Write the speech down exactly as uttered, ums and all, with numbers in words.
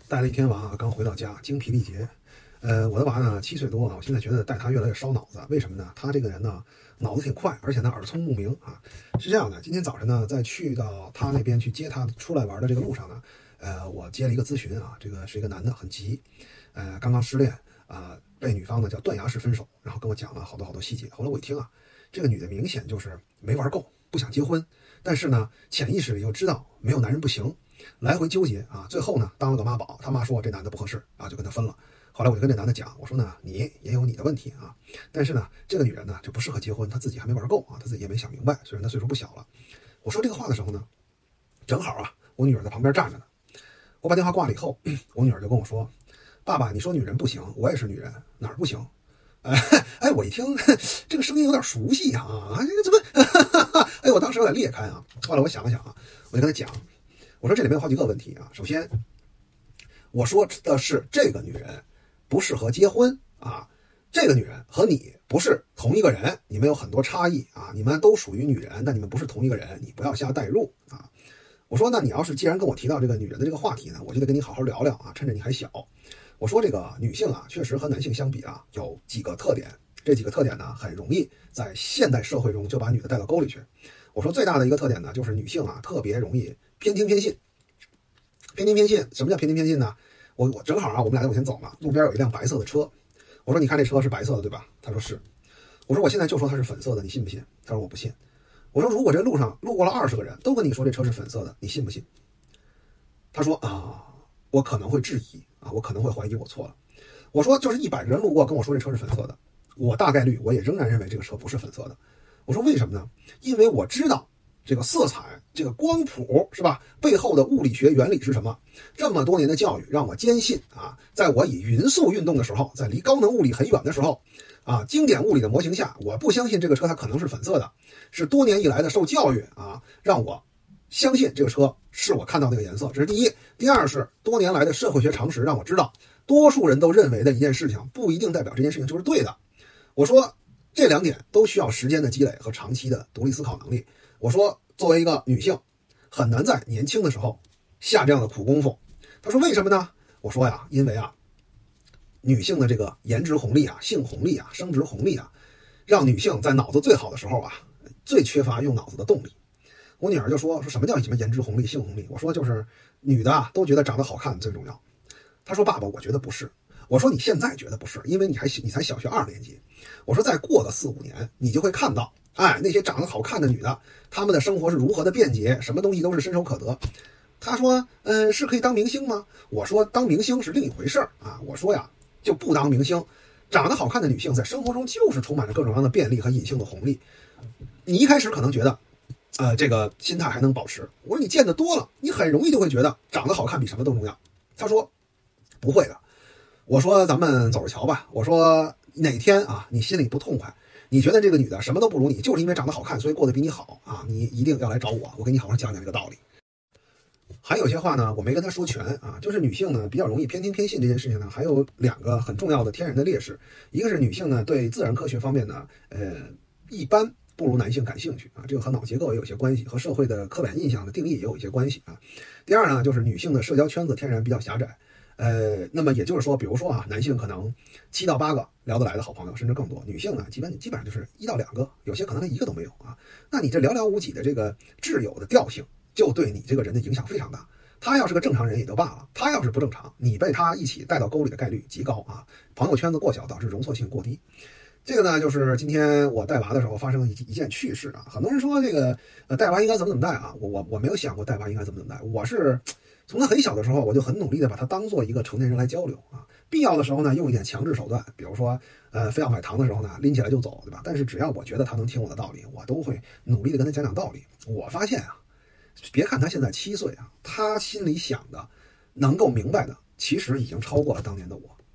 带了一天娃，刚回到家，精疲力竭。呃，我的娃呢七岁多啊，我现在觉得带他越来越烧脑子。为什么呢？他这个人呢脑子挺快，而且呢耳聪目明啊。是这样的，今天早上呢在去到他那边去接他出来玩的这个路上呢，呃，我接了一个咨询啊，这个是一个男的，很急，呃，刚刚失恋啊、呃，被女方呢叫断崖式分手，然后跟我讲了好多好多细节。后来我一听啊，这个女的明显就是没玩够，不想结婚，但是呢潜意识里又知道没有男人不行。来回纠结啊，最后呢当了个妈宝，他妈说这男的不合适啊，就跟他分了。后来我就跟这男的讲，我说呢你也有你的问题啊，但是呢这个女人呢就不适合结婚，她自己还没玩够啊，她自己也没想明白，虽然她岁数不小了。我说这个话的时候呢，正好啊我女儿在旁边站着呢。我把电话挂了以后，我女儿就跟我说，爸爸你说女人不行，我也是女人，哪儿不行？哎哎，我一听这个声音有点熟悉啊，这个怎么哎我当时有点裂开啊。后来我想了想啊，我就跟他讲，我说这里面有好几个问题啊。首先我说的是这个女人不适合结婚啊，这个女人和你不是同一个人，你们有很多差异啊，你们都属于女人，但你们不是同一个人，你不要瞎代入啊。我说那你要是既然跟我提到这个女人的这个话题呢，我就得跟你好好聊聊啊，趁着你还小。我说这个女性啊确实和男性相比啊有几个特点，这几个特点呢很容易在现代社会中就把女的带到沟里去。我说最大的一个特点呢就是女性啊特别容易偏听偏信。偏听偏信，什么叫偏听偏信呢？我我正好啊我们俩在往前走嘛，路边有一辆白色的车，我说你看这车是白色的对吧？他说是。我说我现在就说它是粉色的，你信不信？他说我不信。我说如果这路上路过了二十个人都跟你说这车是粉色的，你信不信？他说啊我可能会质疑啊，我可能会怀疑我错了。我说就是一百个人路过跟我说这车是粉色的，我大概率我也仍然认为这个车不是粉色的。我说为什么呢？因为我知道这个色彩，这个光谱是吧？背后的物理学原理是什么？这么多年的教育让我坚信啊，在我以匀速运动的时候，在离高能物理很远的时候啊，经典物理的模型下，我不相信这个车它可能是粉色的，是多年以来的受教育啊，让我相信这个车是我看到那个颜色。这是第一。第二是多年来的社会学常识让我知道，多数人都认为的一件事情不一定代表这件事情就是对的。我说这两点都需要时间的积累和长期的独立思考能力。我说作为一个女性很难在年轻的时候下这样的苦功夫。他说为什么呢？我说呀，因为啊女性的这个颜值红利啊、性红利啊、生殖红利啊，让女性在脑子最好的时候啊最缺乏用脑子的动力。我女儿就说说什么叫什么颜值红利、性红利？我说就是女的啊都觉得长得好看最重要。她说爸爸我觉得不是。我说你现在觉得不是，因为你还你才小学二年级。我说再过个四五年你就会看到，哎，那些长得好看的女的，她们的生活是如何的便捷，什么东西都是伸手可得。她说嗯，是可以当明星吗？我说当明星是另一回事啊。我说呀就不当明星，长得好看的女性在生活中就是充满着各种各样的便利和隐性的红利。你一开始可能觉得呃，这个心态还能保持。我说你见得多了，你很容易就会觉得长得好看比什么都重要。他说不会的。我说咱们走着瞧吧。我说哪天啊你心里不痛快，你觉得这个女的什么都不如你，就是因为长得好看所以过得比你好啊，你一定要来找我，我给你好好讲讲这个道理。还有些话呢我没跟他说全啊，就是女性呢比较容易偏听偏信这件事情呢，还有两个很重要的天然的劣势。一个是女性呢对自然科学方面呢呃一般不如男性感兴趣啊，这个和脑结构也有些关系，和社会的刻板印象的定义也有一些关系啊。第二呢，就是女性的社交圈子天然比较狭窄，呃，那么也就是说，比如说啊，男性可能七到八个聊得来的好朋友，甚至更多；女性呢，基本基本上就是一到两个，有些可能连一个都没有啊。那你这寥寥无几的这个挚友的调性，就对你这个人的影响非常大。他要是个正常人也就罢了，他要是不正常，你被他一起带到沟里的概率极高啊。朋友圈子过小导致容错性过低。这个呢，就是今天我带娃的时候发生的一一件趣事啊。很多人说这个呃带娃应该怎么怎么带啊，我我我没有想过带娃应该怎么怎么带。我是从他很小的时候，我就很努力的把他当做一个成年人来交流啊。必要的时候呢，用一点强制手段，比如说呃非要买糖的时候呢，拎起来就走，对吧？但是只要我觉得他能听我的道理，我都会努力的跟他讲讲道理。我发现啊，别看他现在七岁啊，他心里想的、能够明白的，其实已经超过了当年的我。